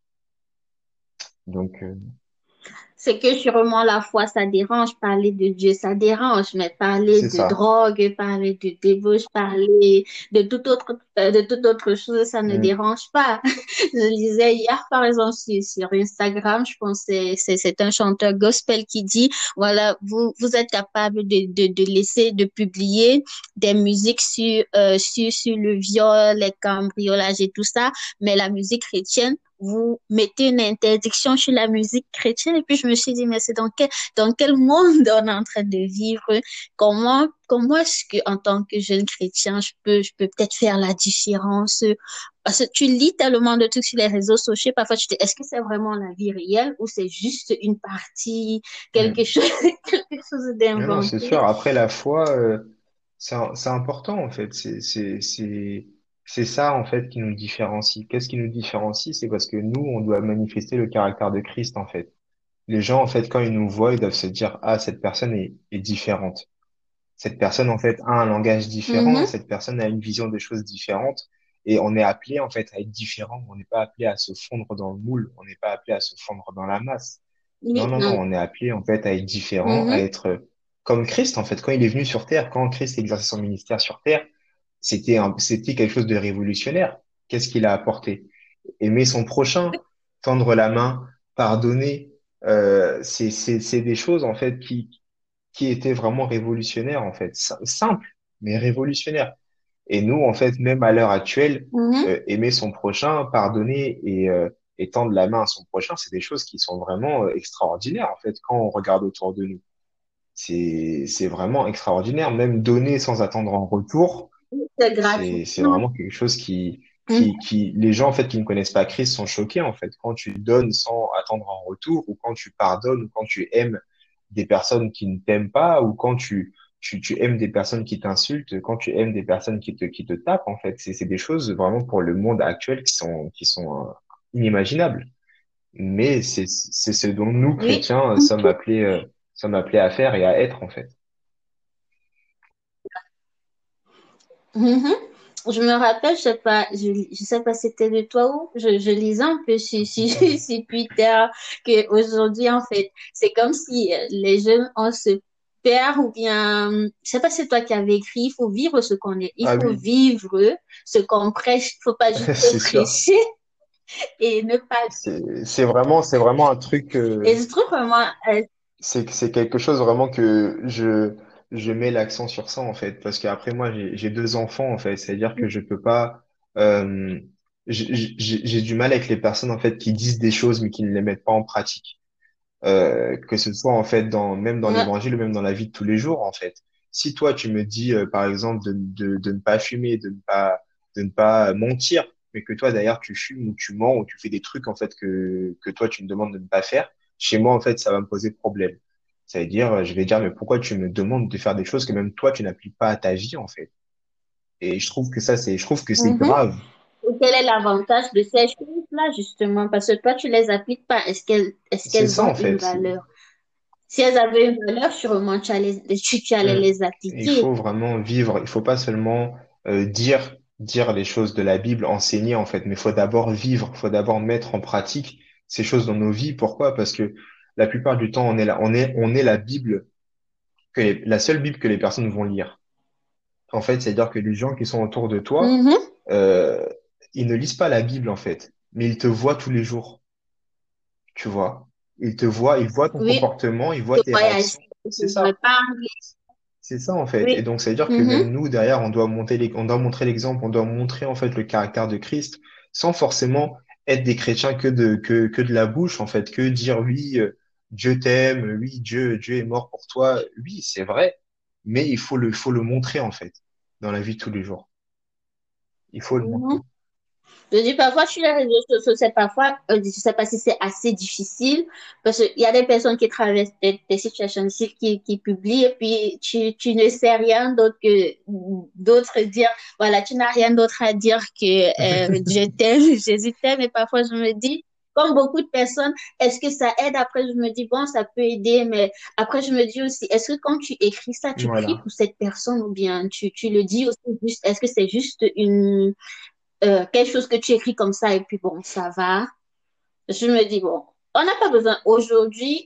Speaker 3: Donc
Speaker 2: c'est que sûrement la foi, ça dérange. Parler de Dieu, ça dérange. Mais parler
Speaker 3: c'est
Speaker 2: de
Speaker 3: ça.
Speaker 2: drogue, parler de débauche, parler de toute autre chose, ça ne
Speaker 3: Mm.
Speaker 2: dérange pas. Je lisais hier, par exemple, sur Instagram, je pense que c'est un chanteur gospel qui dit, voilà, vous êtes capable de laisser, de publier des musiques sur le viol, les cambriolages et tout ça, mais la musique chrétienne, vous mettez une interdiction sur la musique chrétienne. Et puis, je me suis dit, mais c'est dans quel monde on est en train de vivre? Comment est-ce que, en tant que jeune chrétien, je peux peut-être faire la différence? Parce que tu lis tellement de trucs sur les réseaux sociaux, parfois tu te dis, est-ce que c'est vraiment la vie réelle ou c'est juste une partie, quelque
Speaker 3: Mm.
Speaker 2: chose, quelque chose
Speaker 3: Non, non, c'est
Speaker 2: d'inventé?
Speaker 3: sûr. Après la foi, c'est important en fait. C'est ça en fait qui nous différencie. Qu'est-ce qui nous différencie? C'est parce que nous, on doit manifester le caractère de Christ en fait. Les gens en fait quand ils nous voient, ils doivent se dire, ah, cette personne est différente. Cette personne, en fait, a un langage différent,
Speaker 2: Mhm.
Speaker 3: cette personne a une vision des choses différentes, et on est appelé, en fait, à être différent. On n'est pas appelé à se fondre dans le moule, on n'est pas appelé à se fondre dans la masse. Non,
Speaker 2: Oui,
Speaker 3: non, non,
Speaker 2: non.
Speaker 3: on est appelé, en fait, à être différent, à
Speaker 2: Mhm.
Speaker 3: être comme Christ, en fait. Quand il est venu sur Terre, quand Christ exerçait son ministère sur Terre, c'était quelque chose de révolutionnaire. Qu'est-ce qu'il a apporté? Aimer son prochain, tendre la main, pardonner, c'est des choses, en fait, qui était vraiment révolutionnaire en fait, simple mais révolutionnaire. Et nous en fait, même à l'heure actuelle,
Speaker 2: Mhm.
Speaker 3: aimer son prochain, pardonner et tendre la main à son prochain, c'est des choses qui sont vraiment extraordinaires en fait quand on regarde autour de nous. C'est vraiment extraordinaire. Même donner sans attendre en retour,
Speaker 2: C'est gratuit.
Speaker 3: c'est vraiment quelque chose qui les gens en fait qui ne connaissent pas Christ sont choqués en fait quand tu donnes sans attendre en retour ou quand tu pardonnes ou quand tu aimes des personnes qui ne t'aiment pas ou quand tu aimes des personnes qui t'insultent, quand tu aimes des personnes qui te tapent en fait c'est des choses vraiment pour le monde actuel qui sont inimaginables mais c'est ce dont nous
Speaker 2: Oui.
Speaker 3: chrétiens sommes appelés à faire et à être en fait.
Speaker 2: Mhm. Je me rappelle, je sais pas c'était de toi ou je lisais un peu sur Twitter que aujourd'hui en fait, c'est comme si les jeunes on se perd ou bien, je sais pas si c'est toi qui avais écrit, il faut vivre ce qu'on est, il
Speaker 3: Ah
Speaker 2: faut
Speaker 3: oui,
Speaker 2: vivre ce qu'on prêche, il faut pas juste
Speaker 3: c'est sûr.
Speaker 2: prêcher. et ne pas.
Speaker 3: C'est vraiment un truc.
Speaker 2: Et je trouve vraiment,
Speaker 3: C'est quelque chose vraiment que je mets l'accent sur ça en fait parce qu'après moi j'ai deux enfants en fait, c'est-à-dire que je peux pas euh, j'ai du mal avec les personnes en fait qui disent des choses mais qui ne les mettent pas en pratique. Que ce soit en fait même dans
Speaker 2: ouais,
Speaker 3: l'évangile ou même dans la vie de tous les jours en fait. Si toi tu me dis par exemple de ne pas fumer, de ne pas mentir, mais que toi d'ailleurs tu fumes ou tu mens ou tu fais des trucs en fait que toi tu me demandes de ne pas faire, chez moi en fait ça va me poser problème. Ça veut dire je vais dire mais pourquoi tu me demandes de faire des choses que même toi tu n'appliques pas à ta vie en fait. Et je trouve que c'est
Speaker 2: mhm.
Speaker 3: grave.
Speaker 2: Et quel est l'avantage de ces choses-là, justement? Parce que toi, tu les appliques pas. Est-ce
Speaker 3: C'est
Speaker 2: qu'elles
Speaker 3: ça
Speaker 2: ont
Speaker 3: en
Speaker 2: une
Speaker 3: fait.
Speaker 2: valeur? Si elles avaient une valeur, sûrement, tu allais
Speaker 3: Mm.
Speaker 2: les
Speaker 3: Il
Speaker 2: appliquer.
Speaker 3: faut vraiment vivre. Il faut pas seulement dire les choses de la Bible, enseigner en fait, mais il faut d'abord vivre. Il faut d'abord mettre en pratique ces choses dans nos vies. Pourquoi? Parce que la plupart du temps, on est la Bible la seule Bible que les personnes vont lire. En fait, c'est-à-dire que les gens qui sont autour de toi,
Speaker 2: Mhm.
Speaker 3: euh, ils ne lisent pas la Bible en fait, mais ils te voient tous les jours. Tu vois? Ils te voient, ils voient ton
Speaker 2: Oui,
Speaker 3: comportement, ils voient
Speaker 2: de
Speaker 3: tes
Speaker 2: voyager,
Speaker 3: réactions. C'est
Speaker 2: de
Speaker 3: ça.
Speaker 2: parler.
Speaker 3: C'est ça en fait. Et
Speaker 2: Oui.
Speaker 3: donc ça veut dire que même
Speaker 2: Mhm.
Speaker 3: nous derrière, on doit montrer l'exemple, on doit montrer en fait le caractère de Christ, sans forcément être des chrétiens que de la bouche en fait, que dire oui, Dieu t'aime, oui, Dieu est mort pour toi. Oui, c'est vrai, mais il faut le montrer en fait dans la vie de tous les jours. Il faut le montrer.
Speaker 2: Mhm. Je dis parfois sur les réseaux sociaux, c'est parfois, je sais pas si c'est assez difficile, parce qu'il y a des personnes qui traversent des situations difficiles qui publient, et puis tu ne sais rien d'autre que d'autre dire, voilà, tu n'as rien d'autre à dire que je t'aime, Jésus t'aime, et parfois je me dis, comme beaucoup de personnes, est-ce que ça aide? Après, je me dis, bon, ça peut aider, mais après, je me dis aussi, est-ce que quand tu écris ça, tu pries
Speaker 3: Voilà.
Speaker 2: pour cette personne ou bien tu le dis aussi juste, est-ce que c'est juste quelque chose que tu écris comme ça et puis bon, ça va. Je me dis, bon, on n'a pas besoin aujourd'hui,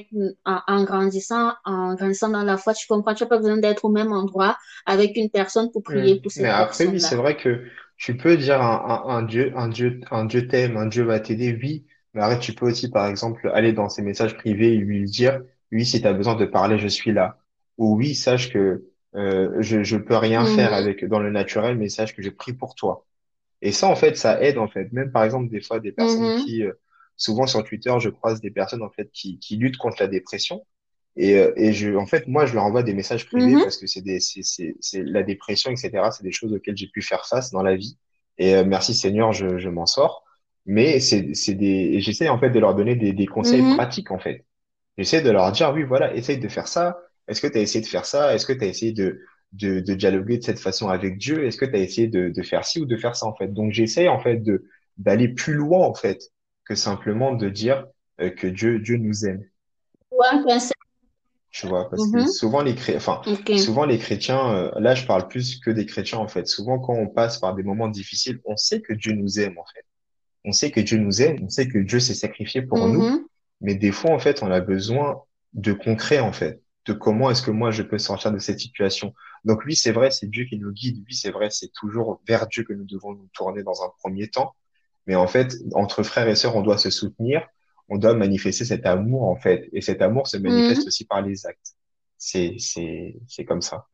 Speaker 2: en grandissant dans la foi, tu comprends, tu n'as pas besoin d'être au même endroit avec une personne pour prier pour
Speaker 3: Mais
Speaker 2: cette
Speaker 3: après, oui, c'est
Speaker 2: personne-là.
Speaker 3: vrai que tu peux dire un Dieu t'aime, un Dieu va t'aider, oui. Mais arrête, tu peux aussi, par exemple, aller dans ses messages privés et lui dire, oui, si tu as besoin de parler, je suis là. Ou oui, sache que je peux rien faire
Speaker 2: Mhm,
Speaker 3: avec dans le naturel, mais sache que je prie pour toi. Et ça, en fait, ça aide, en fait. Même, par exemple, des fois, des personnes
Speaker 2: mhm,
Speaker 3: qui, souvent sur Twitter, je croise des personnes, en fait, qui luttent contre la dépression. En fait, moi, je leur envoie des messages privés
Speaker 2: mhm.
Speaker 3: parce que c'est la dépression, etc. C'est des choses auxquelles j'ai pu faire face dans la vie. Et merci Seigneur, je m'en sors. Mais et j'essaie en fait de leur donner des conseils
Speaker 2: Mhm.
Speaker 3: pratiques en fait. J'essaie de leur dire, oui, voilà, essaye de faire ça. Est-ce que tu as essayé de faire ça? Est-ce que tu as essayé de dialoguer de cette façon avec Dieu? Est-ce que tu as essayé de faire ci ou de faire ça en fait? Donc j'essaie en fait d'aller plus loin en fait que simplement de dire que Dieu nous aime.
Speaker 2: Ouais, un conseil.
Speaker 3: Tu vois, parce que
Speaker 2: Mhm. Ok.
Speaker 3: souvent les chrétiens, là je parle plus que des chrétiens en fait. Souvent quand on passe par des moments difficiles, on sait que Dieu nous aime en fait. On sait que Dieu nous aime, on sait que Dieu s'est sacrifié pour nous,
Speaker 2: Mhm.
Speaker 3: mais des fois en fait on a besoin de concret en fait, de comment est-ce que moi je peux sortir de cette situation. Donc oui, c'est vrai, c'est Dieu qui nous guide. Oui, c'est vrai, c'est toujours vers Dieu que nous devons nous tourner dans un premier temps. Mais en fait, entre frères et sœurs, on doit se soutenir, on doit manifester cet amour en fait, et cet amour se manifeste
Speaker 2: Mhm.
Speaker 3: aussi par les actes. C'est comme ça.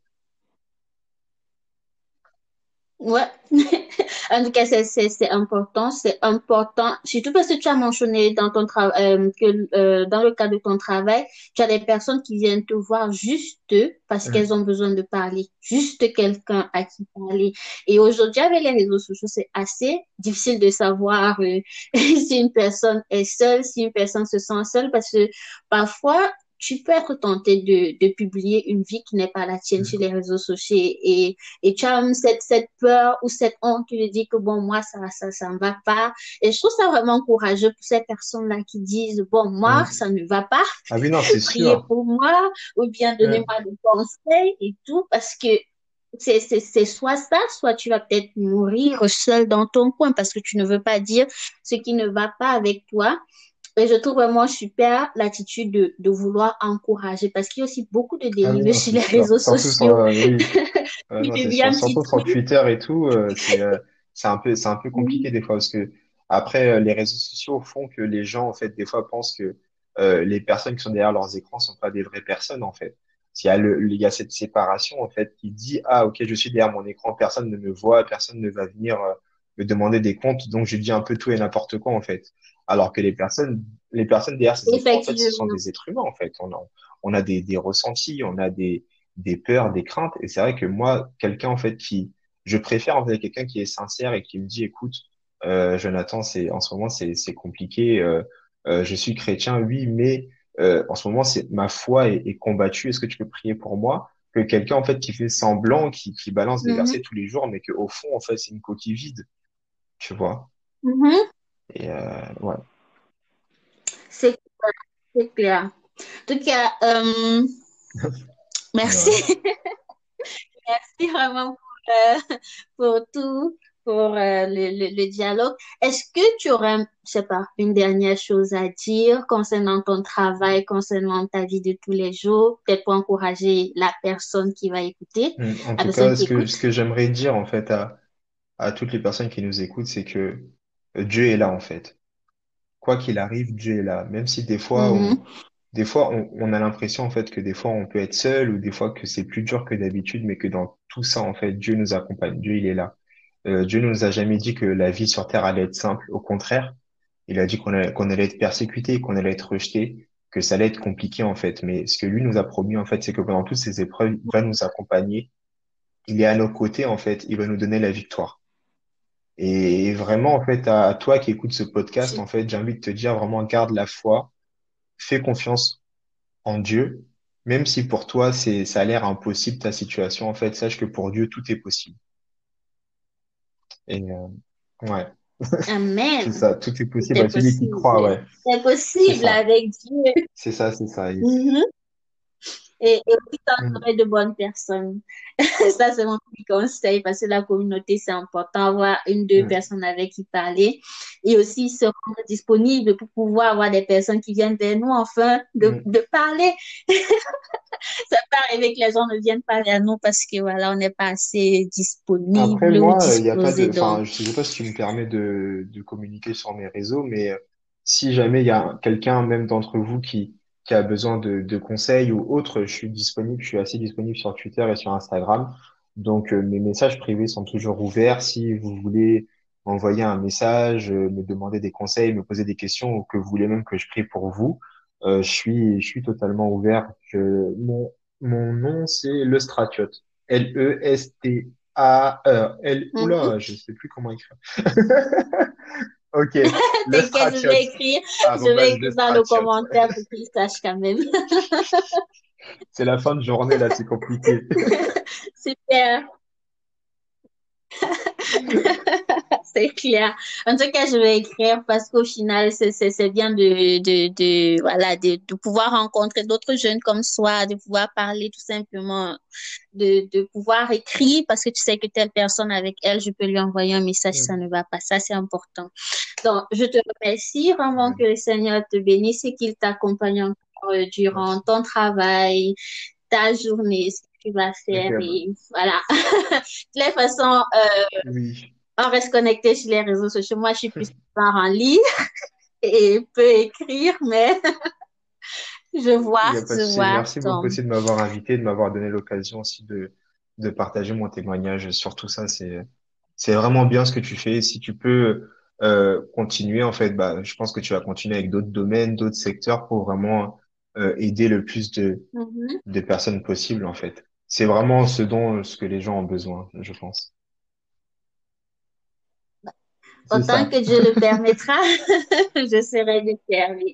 Speaker 2: Ouais. En tout cas, c'est important, surtout parce que tu as mentionné dans ton travail, que dans le cadre de ton travail, tu as des personnes qui viennent te voir juste parce
Speaker 3: Mm.
Speaker 2: qu'elles ont besoin de parler, juste quelqu'un à qui parler. Et aujourd'hui, avec les réseaux sociaux, c'est assez difficile de savoir si une personne est seule, si une personne se sent seule, parce que parfois, tu peux être tenté de publier une vie qui n'est pas la tienne sur
Speaker 3: Mm.
Speaker 2: les réseaux sociaux et tu as cette peur ou cette honte, tu te dis que bon, moi, ça ne va pas. Et je trouve ça vraiment courageux pour ces personnes-là qui disent, bon, moi,
Speaker 3: Mm.
Speaker 2: ça ne va pas,
Speaker 3: Ah oui, non, c'est
Speaker 2: priez
Speaker 3: sûr.
Speaker 2: pour moi, ou bien
Speaker 3: Mm.
Speaker 2: donnez-moi des conseils et tout, parce que c'est soit ça, soit tu vas peut-être mourir seul dans ton coin parce que tu ne veux pas dire ce qui ne va pas avec toi. Et je trouve vraiment super l'attitude de vouloir encourager parce qu'il y a aussi beaucoup de
Speaker 3: Ah oui,
Speaker 2: dérives
Speaker 3: non,
Speaker 2: sur
Speaker 3: c'est
Speaker 2: les
Speaker 3: sûr.
Speaker 2: réseaux
Speaker 3: Surtout sur,
Speaker 2: sociaux.
Speaker 3: oui,
Speaker 2: Tu
Speaker 3: non, c'est
Speaker 2: deviens
Speaker 3: sûr.
Speaker 2: un petit
Speaker 3: Surtout sur
Speaker 2: truc.
Speaker 3: Twitter et tout, c'est un peu compliqué
Speaker 2: Mhm.
Speaker 3: des fois parce que Après, les réseaux sociaux font que les gens, en fait, des fois pensent que les personnes qui sont derrière leurs écrans sont pas des vraies personnes, en fait. Il y a cette séparation, en fait, qui dit, ah, ok, je suis derrière mon écran, personne ne me voit, personne ne va venir me demander des comptes, donc je dis un peu tout et n'importe quoi, en fait. Alors que les personnes derrière ces écrans, en fait, ce sont
Speaker 2: Effectivement.
Speaker 3: des êtres humains, en fait. On a des ressentis, on a des peurs, des craintes. Et c'est vrai que moi, quelqu'un, en fait, je préfère, en fait, quelqu'un qui est sincère et qui me dit, écoute, Jonathan, en ce moment, c'est compliqué. Je suis chrétien, oui, mais en ce moment, ma foi est combattue. Est-ce que tu peux prier pour moi? Que quelqu'un, en fait, qui fait semblant, qui balance des
Speaker 2: Mhm,
Speaker 3: versets tous les jours, mais qu'au fond, en fait, c'est une coquille vide, tu vois.
Speaker 2: mhm.
Speaker 3: Et ouais.
Speaker 2: C'est c'est clair. En tout cas, merci.
Speaker 3: Ouais.
Speaker 2: Merci vraiment pour tout, pour le dialogue. Est-ce que tu aurais, je sais pas, une dernière chose à dire concernant ton travail, concernant ta vie de tous les jours, peut-être pour encourager la personne qui va écouter,
Speaker 3: En
Speaker 2: la
Speaker 3: tout
Speaker 2: personne
Speaker 3: cas,
Speaker 2: qui écoute?
Speaker 3: ce que j'aimerais dire, en fait, à toutes les personnes qui nous écoutent, c'est que Dieu est là, en fait. Quoi qu'il arrive, Dieu est là. Même si
Speaker 2: Mhm,
Speaker 3: des fois, on a l'impression, en fait, que des fois, on peut être seul ou des fois que c'est plus dur que d'habitude, mais que dans tout ça, en fait, Dieu nous accompagne. Dieu, il est là. Dieu ne nous a jamais dit que la vie sur terre allait être simple. Au contraire, il a dit qu'on allait être persécuté, qu'on allait être rejeté, que ça allait être compliqué, en fait. Mais ce que lui nous a promis, en fait, c'est que pendant toutes ces épreuves, il va nous accompagner. Il est à nos côtés, en fait. Il va nous donner la victoire. Et vraiment, en fait, à toi qui écoutes ce podcast, en fait, j'ai envie de te dire vraiment, garde la foi, fais confiance en Dieu, même si pour toi, ça a l'air impossible ta situation, en fait, sache que pour Dieu, tout est possible. Et ouais, c'est
Speaker 2: Amen.
Speaker 3: ça, tout est
Speaker 2: Tout
Speaker 3: possible
Speaker 2: est
Speaker 3: à celui qui croit,
Speaker 2: possible.
Speaker 3: ouais,
Speaker 2: C'est
Speaker 3: c'est
Speaker 2: possible
Speaker 3: ça,
Speaker 2: avec Dieu.
Speaker 3: c'est ça.
Speaker 2: Mhm. Et aussi
Speaker 3: Mm,
Speaker 2: t'entourer de bonnes personnes. Ça, c'est mon petit conseil parce que la communauté, c'est important, avoir une, deux
Speaker 3: mm,
Speaker 2: personnes avec qui parler et aussi se rendre disponible pour pouvoir avoir des personnes qui viennent vers nous, enfin,
Speaker 3: mm.
Speaker 2: de parler. Ça peut arriver que les gens ne viennent pas vers nous parce que voilà, on n'est pas assez
Speaker 3: Après,
Speaker 2: disponible ou
Speaker 3: moi, il y a pas
Speaker 2: disposé.
Speaker 3: de,
Speaker 2: Donc,
Speaker 3: enfin, je sais pas si tu me permets de communiquer sur mes réseaux, mais si jamais il y a quelqu'un, même d'entre vous, qui a besoin de conseils ou autre, je suis disponible, je suis assez disponible sur Twitter et sur Instagram. Donc, mes messages privés sont toujours ouverts. Si vous voulez m'envoyer un message, me demander des conseils, me poser des questions ou que vous voulez même que je prie pour vous, je suis totalement ouvert. Mon nom, c'est Le Stratiote.
Speaker 2: mhm.
Speaker 3: Oula, je sais plus comment écrire. Ok, Le
Speaker 2: T'inquiète,
Speaker 3: Stratiote.
Speaker 2: je vais
Speaker 3: Arrobase Le
Speaker 2: écrire dans le
Speaker 3: Stratiote.
Speaker 2: commentaire pour qu'ils sachent quand même.
Speaker 3: C'est la fin de journée, là, c'est compliqué.
Speaker 2: Super. C'est clair. En tout cas, je vais écrire parce qu'au final, c'est bien voilà, de pouvoir rencontrer d'autres jeunes comme soi, de pouvoir parler tout simplement, de pouvoir écrire parce que tu sais que telle personne avec elle, je peux lui envoyer un message si ça
Speaker 3: Mm.
Speaker 2: ne va pas. Ça, c'est important. Donc, je te remercie vraiment que
Speaker 3: Amen.
Speaker 2: le Seigneur te bénisse et qu'il t'accompagne encore durant
Speaker 3: Merci.
Speaker 2: ton travail, ta journée, ce que tu vas
Speaker 3: Ok,
Speaker 2: faire
Speaker 3: bah,
Speaker 2: et voilà. De toute façon,
Speaker 3: oui,
Speaker 2: on reste connecté sur les réseaux sociaux. Moi, je suis plus par en ligne et peux écrire, mais
Speaker 3: il n'y a pas de
Speaker 2: je
Speaker 3: souci.
Speaker 2: vois
Speaker 3: Merci beaucoup
Speaker 2: ton.
Speaker 3: aussi de m'avoir invité, de m'avoir donné l'occasion aussi de partager mon témoignage sur tout ça. C'est vraiment bien ce que tu fais. Si tu peux continuer, en fait, bah, je pense que tu vas continuer avec d'autres domaines, d'autres secteurs pour vraiment aider le plus
Speaker 2: Mhm.
Speaker 3: de personnes possible, en fait. C'est vraiment ce que les gens ont besoin, je pense. C'est
Speaker 2: Autant
Speaker 3: ça.
Speaker 2: que Dieu le permettra, je serai de servir.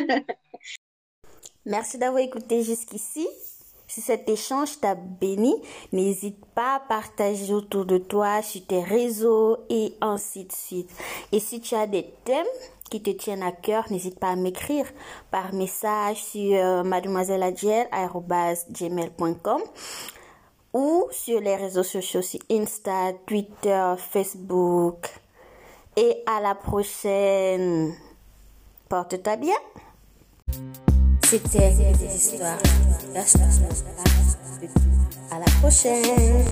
Speaker 2: Merci d'avoir écouté jusqu'ici. Si cet échange t'a béni, n'hésite pas à partager autour de toi sur tes réseaux et ainsi de suite. Et si tu as des thèmes qui te tiennent à cœur, n'hésite pas à m'écrire par message sur mademoiselleadiel@gmail.com ou sur les réseaux sociaux sur Insta, Twitter, Facebook. Et à la prochaine. Porte-toi bien. C'était des histoires. À la prochaine.